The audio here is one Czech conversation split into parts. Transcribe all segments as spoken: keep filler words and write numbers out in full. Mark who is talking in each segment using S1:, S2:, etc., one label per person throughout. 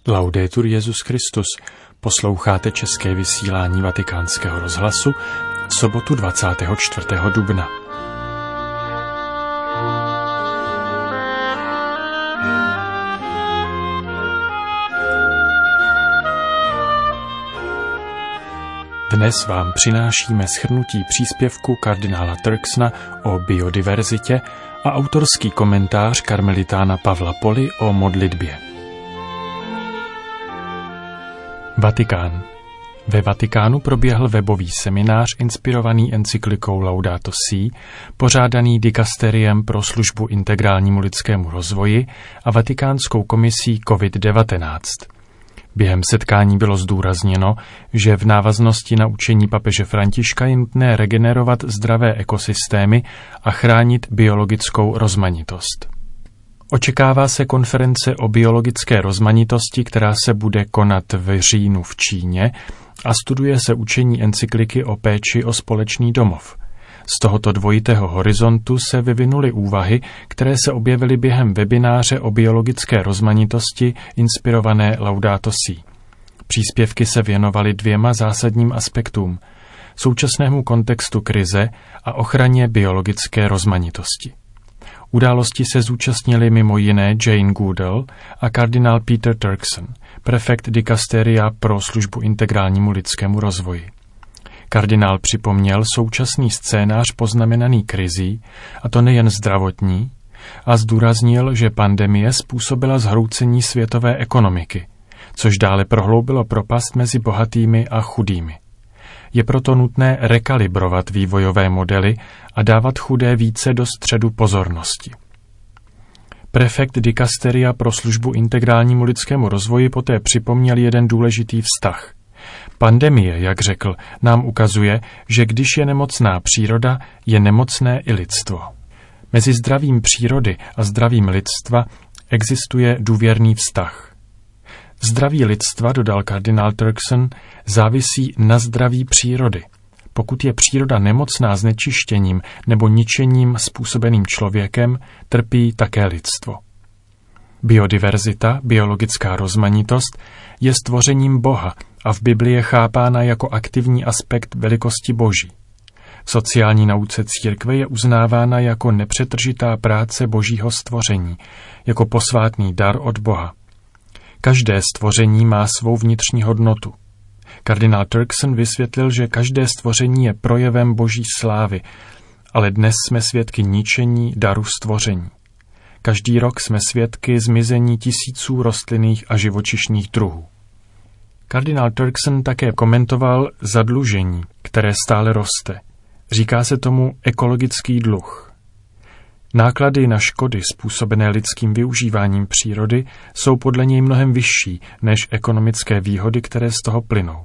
S1: Laudetur Jesus Christus. Posloucháte české vysílání Vatikánského rozhlasu v sobotu dvacátého čtvrtého dubna. Dnes vám přinášíme shrnutí příspěvku kardinála Turksona o biodiverzitě a autorský komentář karmelitána Pavla Poly o modlitbě. Vatikán. Ve Vatikánu proběhl webový seminář inspirovaný encyklikou Laudato Si, pořádaný dikasteriem pro službu integrálnímu lidskému rozvoji a Vatikánskou komisí covid devatenáct. Během setkání bylo zdůrazněno, že v návaznosti na učení papeže Františka je nutné regenerovat zdravé ekosystémy a chránit biologickou rozmanitost. Očekává se konference o biologické rozmanitosti, která se bude konat v říjnu v Číně, a studuje se učení encykliky o péči o společný domov. Z tohoto dvojitého horizontu se vyvinuly úvahy, které se objevily během webináře o biologické rozmanitosti inspirované Laudato Si. Příspěvky se věnovaly dvěma zásadním aspektům: současnému kontextu krize a ochraně biologické rozmanitosti. Události se zúčastnili mimo jiné Jane Goodall a kardinál Peter Turkson, prefekt dikasteria pro službu integrálnímu lidskému rozvoji. Kardinál připomněl současný scénář poznamenaný krizí, a to nejen zdravotní, a zdůraznil, že pandemie způsobila zhroucení světové ekonomiky, což dále prohloubilo propast mezi bohatými a chudými. Je proto nutné rekalibrovat vývojové modely a dávat chudé více do středu pozornosti. Prefekt dikasteria pro službu integrálnímu lidskému rozvoji poté připomněl jeden důležitý vztah. Pandemie, jak řekl, nám ukazuje, že když je nemocná příroda, je nemocné i lidstvo. Mezi zdravím přírody a zdravím lidstva existuje důvěrný vztah. Zdraví lidstva, dodal kardinál Turkson, závisí na zdraví přírody. Pokud je příroda nemocná znečištěním nebo ničením způsobeným člověkem, trpí také lidstvo. Biodiverzita, biologická rozmanitost, je stvořením Boha a v Biblii je chápána jako aktivní aspekt velikosti Boží. V sociální nauce církve je uznávána jako nepřetržitá práce Božího stvoření, jako posvátný dar od Boha. Každé stvoření má svou vnitřní hodnotu. Kardinál Turkson vysvětlil, že každé stvoření je projevem Boží slávy, ale dnes jsme svědky ničení daru stvoření. Každý rok jsme svědky zmizení tisíců rostlinných a živočišných druhů. Kardinál Turkson také komentoval zadlužení, které stále roste. Říká se tomu ekologický dluh. Náklady na škody způsobené lidským využíváním přírody jsou podle něj mnohem vyšší než ekonomické výhody, které z toho plynou.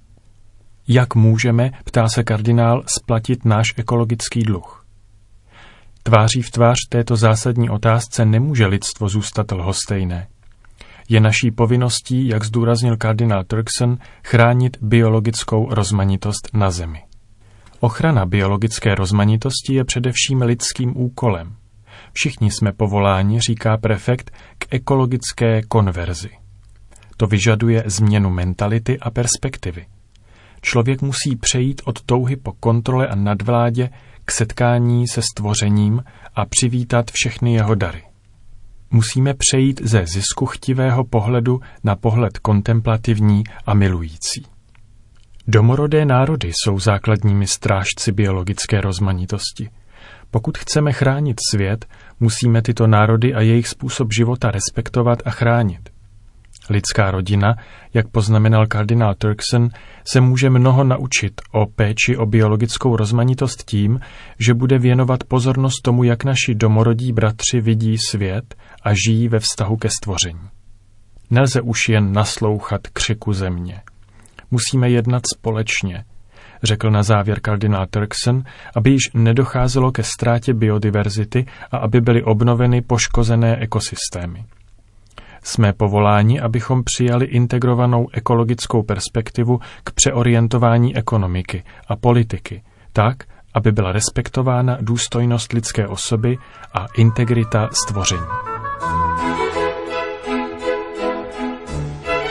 S1: Jak můžeme, ptá se kardinál, splatit náš ekologický dluh? Tváří v tvář této zásadní otázce nemůže lidstvo zůstat lhostejné. Je naší povinností, jak zdůraznil kardinál Turkson, chránit biologickou rozmanitost na Zemi. Ochrana biologické rozmanitosti je především lidským úkolem. Všichni jsme povoláni, říká prefekt, k ekologické konverzi. To vyžaduje změnu mentality a perspektivy. Člověk musí přejít od touhy po kontrole a nadvládě k setkání se stvořením a přivítat všechny jeho dary. Musíme přejít ze ziskuchtivého pohledu na pohled kontemplativní a milující. Domorodé národy jsou základními strážci biologické rozmanitosti. Pokud chceme chránit svět, musíme tyto národy a jejich způsob života respektovat a chránit. Lidská rodina, jak poznamenal kardinál Turkson, se může mnoho naučit o péči o biologickou rozmanitost tím, že bude věnovat pozornost tomu, jak naši domorodí bratři vidí svět a žijí ve vztahu ke stvoření. Nelze už jen naslouchat křiku země. Musíme jednat společně, řekl na závěr kardinál Turkson, aby již nedocházelo ke ztrátě biodiverzity a aby byly obnoveny poškozené ekosystémy. Jsme povoláni, abychom přijali integrovanou ekologickou perspektivu k přeorientování ekonomiky a politiky, tak, aby byla respektována důstojnost lidské osoby a integrita stvoření.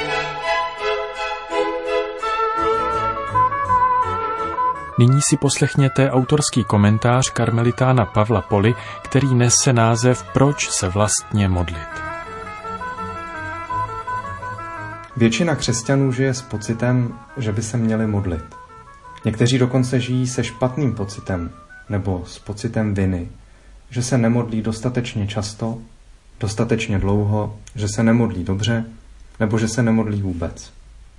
S1: Nyní si poslechněte autorský komentář karmelitána Pavla Poly, který nese název Proč se vlastně modlit.
S2: Většina křesťanů žije s pocitem, že by se měli modlit. Někteří dokonce žijí se špatným pocitem nebo s pocitem viny, že se nemodlí dostatečně často, dostatečně dlouho, že se nemodlí dobře nebo že se nemodlí vůbec.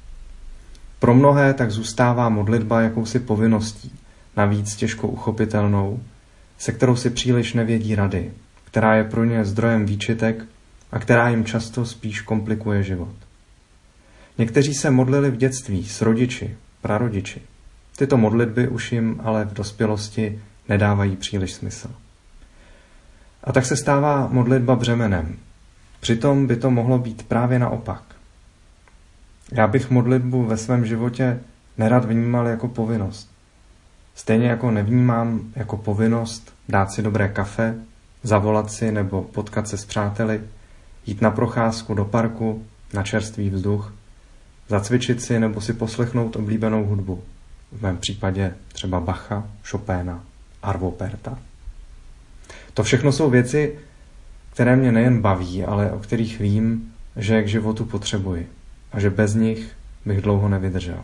S2: Pro mnohé tak zůstává modlitba jakousi povinností, navíc těžko uchopitelnou, se kterou si příliš nevědí rady, která je pro ně zdrojem výčitek a která jim často spíš komplikuje život. Někteří se modlili v dětství s rodiči, prarodiči. Tyto modlitby už jim ale v dospělosti nedávají příliš smysl. A tak se stává modlitba břemenem. Přitom by to mohlo být právě naopak. Já bych modlitbu ve svém životě nerad vnímal jako povinnost. Stejně jako nevnímám jako povinnost dát si dobré kafe, zavolat si nebo potkat se s přáteli, jít na procházku do parku, na čerstvý vzduch, zacvičit si nebo si poslechnout oblíbenou hudbu. V mém případě třeba Bacha, Chopina, Arvo Pärta. To všechno jsou věci, které mě nejen baví, ale o kterých vím, že je k životu potřebuji a že bez nich bych dlouho nevydržel.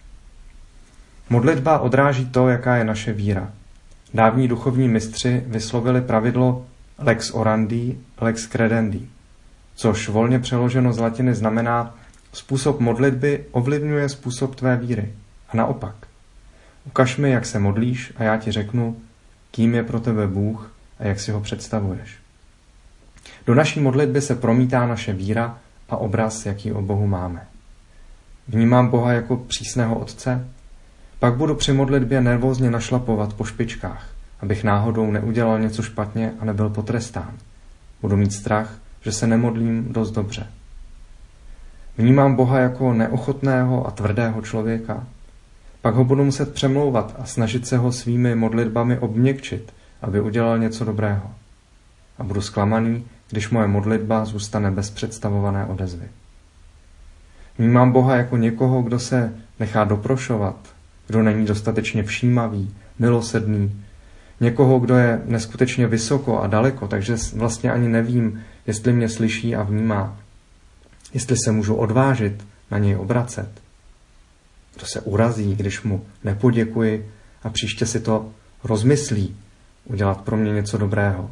S2: Modlitba odráží to, jaká je naše víra. Dávní duchovní mistři vyslovili pravidlo lex orandi, lex credendi, což volně přeloženo z latiny znamená způsob modlitby ovlivňuje způsob tvé víry. A naopak. Ukaž mi, jak se modlíš a já ti řeknu, kým je pro tebe Bůh a jak si ho představuješ. Do naší modlitby se promítá naše víra a obraz, jaký o Bohu máme. Vnímám Boha jako přísného otce, pak budu při modlitbě nervózně našlapovat po špičkách, abych náhodou neudělal něco špatně a nebyl potrestán. Budu mít strach, že se nemodlím dost dobře. Vnímám Boha jako neochotného a tvrdého člověka, pak ho budu muset přemlouvat a snažit se ho svými modlitbami obměkčit, aby udělal něco dobrého. A budu zklamaný, když moje modlitba zůstane bez představované odezvy. Vnímám Boha jako někoho, kdo se nechá doprošovat, kdo není dostatečně všímavý, milosrdný, někoho, kdo je neskutečně vysoko a daleko, takže vlastně ani nevím, jestli mě slyší a vnímá, jestli se můžu odvážit na něj obracet. Kdo se urazí, když mu nepoděkuji a příště si to rozmyslí, udělat pro mě něco dobrého.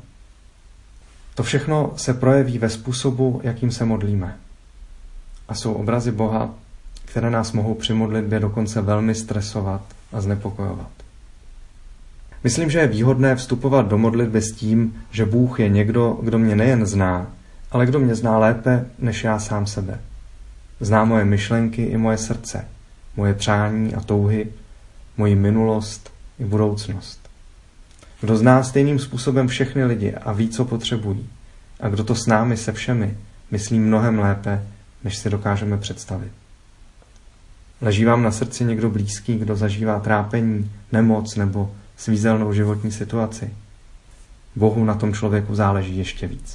S2: To všechno se projeví ve způsobu, jakým se modlíme. A jsou obrazy Boha, které nás mohou při modlitbě dokonce velmi stresovat a znepokojovat. Myslím, že je výhodné vstupovat do modlitby s tím, že Bůh je někdo, kdo mě nejen zná, ale kdo mě zná lépe než já sám sebe. Zná moje myšlenky i moje srdce, moje přání a touhy, moji minulost i budoucnost. Kdo zná stejným způsobem všechny lidi a ví, co potřebují. A kdo to s námi se všemi myslí mnohem lépe, než si dokážeme představit. Leží vám na srdci někdo blízký, kdo zažívá trápení, nemoc nebo svízelnou životní situaci? Bohu na tom člověku záleží ještě víc.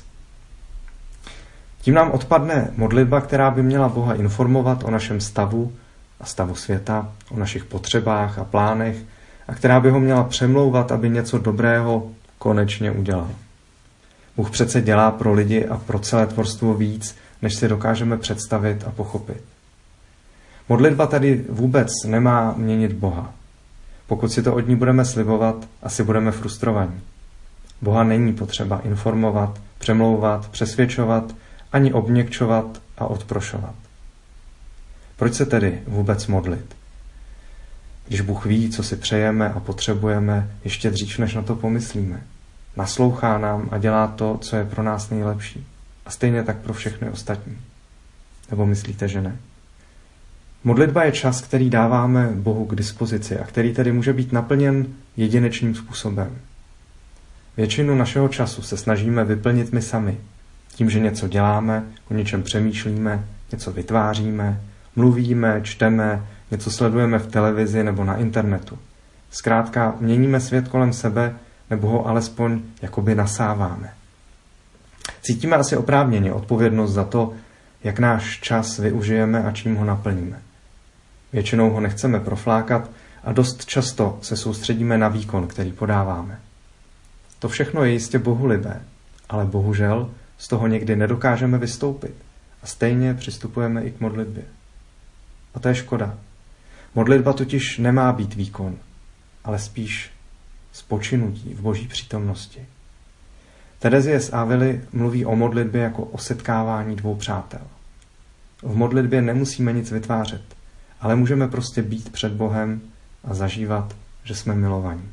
S2: Tím nám odpadne modlitba, která by měla Boha informovat o našem stavu a stavu světa, o našich potřebách a plánech a která by ho měla přemlouvat, aby něco dobrého konečně udělal. Bůh přece dělá pro lidi a pro celé tvorstvo víc, než si dokážeme představit a pochopit. Modlitba tady vůbec nemá měnit Boha. Pokud si to od ní budeme slibovat, asi budeme frustrovaní. Boha není potřeba informovat, přemlouvat, přesvědčovat, ani obměkčovat a odprošovat. Proč se tedy vůbec modlit? Když Bůh ví, co si přejeme a potřebujeme, ještě dřív, než na to pomyslíme. Naslouchá nám a dělá to, co je pro nás nejlepší. A stejně tak pro všechny ostatní. Nebo myslíte, že ne? Modlitba je čas, který dáváme Bohu k dispozici a který tedy může být naplněn jedinečným způsobem. Většinu našeho času se snažíme vyplnit my sami. Tím, že něco děláme, o něčem přemýšlíme, něco vytváříme, mluvíme, čteme, něco sledujeme v televizi nebo na internetu. Zkrátka měníme svět kolem sebe nebo ho alespoň jakoby nasáváme. Cítíme asi oprávněně odpovědnost za to, jak náš čas využijeme a čím ho naplníme. Většinou ho nechceme proflákat, a dost často se soustředíme na výkon, který podáváme. To všechno je jistě bohulibé, ale bohužel z toho někdy nedokážeme vystoupit a stejně přistupujeme i k modlitbě. A to je škoda. Modlitba totiž nemá být výkon, ale spíš spočinutí v Boží přítomnosti. Terezie z Avily mluví o modlitbě jako o setkávání dvou přátel. V modlitbě nemusíme nic vytvářet, ale můžeme prostě být před Bohem a zažívat, že jsme milovaní.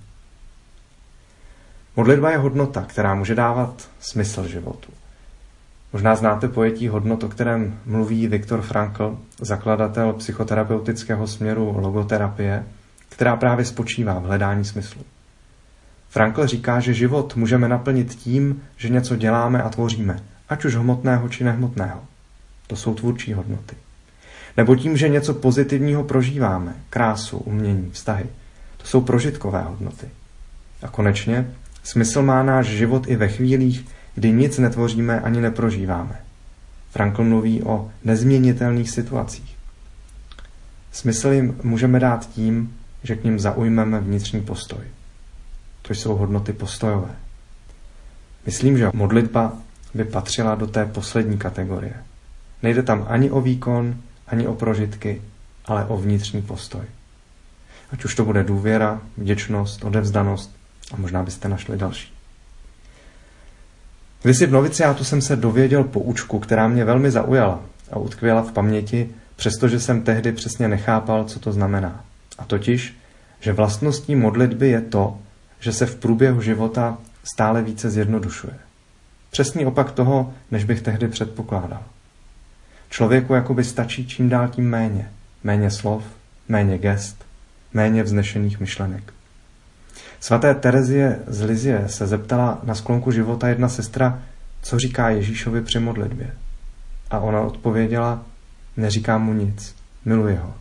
S2: Modlitba je hodnota, která může dávat smysl životu. Možná znáte pojetí hodnot, o kterém mluví Viktor Frankl, zakladatel psychoterapeutického směru logoterapie, která právě spočívá v hledání smyslu. Frankl říká, že život můžeme naplnit tím, že něco děláme a tvoříme, ať už hmotného či nehmotného. To jsou tvůrčí hodnoty. Nebo tím, že něco pozitivního prožíváme, krásu, umění, vztahy. To jsou prožitkové hodnoty. A konečně smysl má náš život i ve chvílích, kdy nic netvoříme ani neprožíváme. Frankl mluví o nezměnitelných situacích. Smysl jim můžeme dát tím, že k nim zaujmeme vnitřní postoj. To jsou hodnoty postojové. Myslím, že modlitba by patřila do té poslední kategorie. Nejde tam ani o výkon, ani o prožitky, ale o vnitřní postoj. Ať už to bude důvěra, vděčnost, odevzdanost a možná byste našli další. Kdysi v noviciátu jsem se dověděl poučku, která mě velmi zaujala a utkvěla v paměti, přestože jsem tehdy přesně nechápal, co to znamená. A totiž, že vlastností modlitby je to, že se v průběhu života stále více zjednodušuje. Přesný opak toho, než bych tehdy předpokládal. Člověku jakoby stačí čím dál tím méně. Méně slov, méně gest, méně vznešených myšlenek. Svaté Terezie z Lizie se zeptala na sklonku života jedna sestra, co říká Ježíšovi při modlitbě. A ona odpověděla, neříkám mu nic, miluji ho.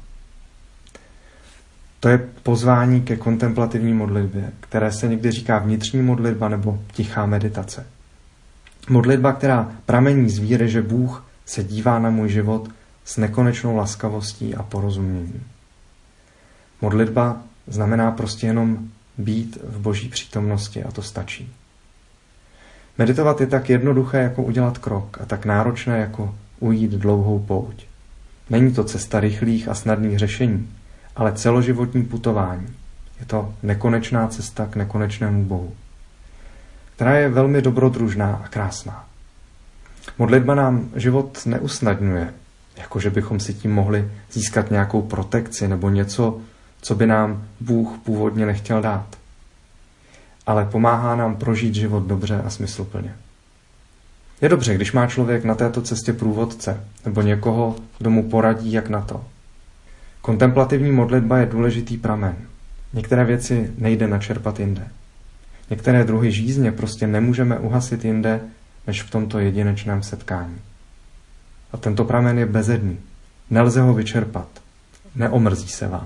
S2: To je pozvání ke kontemplativní modlitbě, které se někdy říká vnitřní modlitba nebo tichá meditace. Modlitba, která pramení z víry, že Bůh se dívá na můj život s nekonečnou laskavostí a porozuměním. Modlitba znamená prostě jenom být v Boží přítomnosti a to stačí. Meditovat je tak jednoduché, jako udělat krok a tak náročné, jako ujít dlouhou pouť. Není to cesta rychlých a snadných řešení, ale celoživotní putování. Je to nekonečná cesta k nekonečnému Bohu, která je velmi dobrodružná a krásná. Modlitba nám život neusnadňuje, jakože bychom si tím mohli získat nějakou protekci nebo něco, co by nám Bůh původně nechtěl dát. Ale pomáhá nám prožít život dobře a smysluplně. Je dobře, když má člověk na této cestě průvodce nebo někoho, kdo mu poradí, jak na to. Kontemplativní modlitba je důležitý pramen. Některé věci nejde načerpat jinde. Některé druhy žízně prostě nemůžeme uhasit jinde, než v tomto jedinečném setkání. A tento pramen je bezedný. Nelze ho vyčerpat. Neomrzí se vám.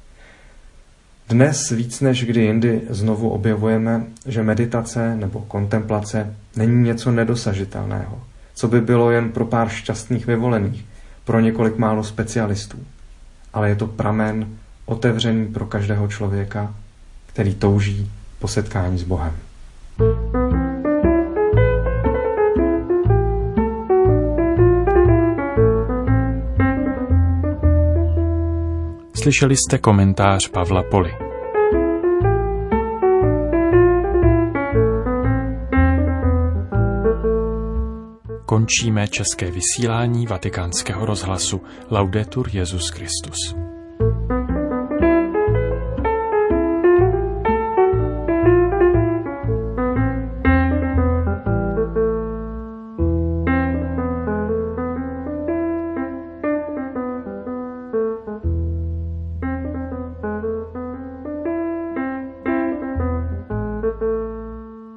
S2: Dnes víc než kdy jindy znovu objevujeme, že meditace nebo kontemplace není něco nedosažitelného, co by bylo jen pro pár šťastných vyvolených, pro několik málo specialistů. Ale je to pramen otevřený pro každého člověka, který touží po setkání s Bohem.
S1: Slyšeli jste komentář Pavla Poly. Končíme české vysílání Vatikánského rozhlasu. Laudetur Jesus Christus.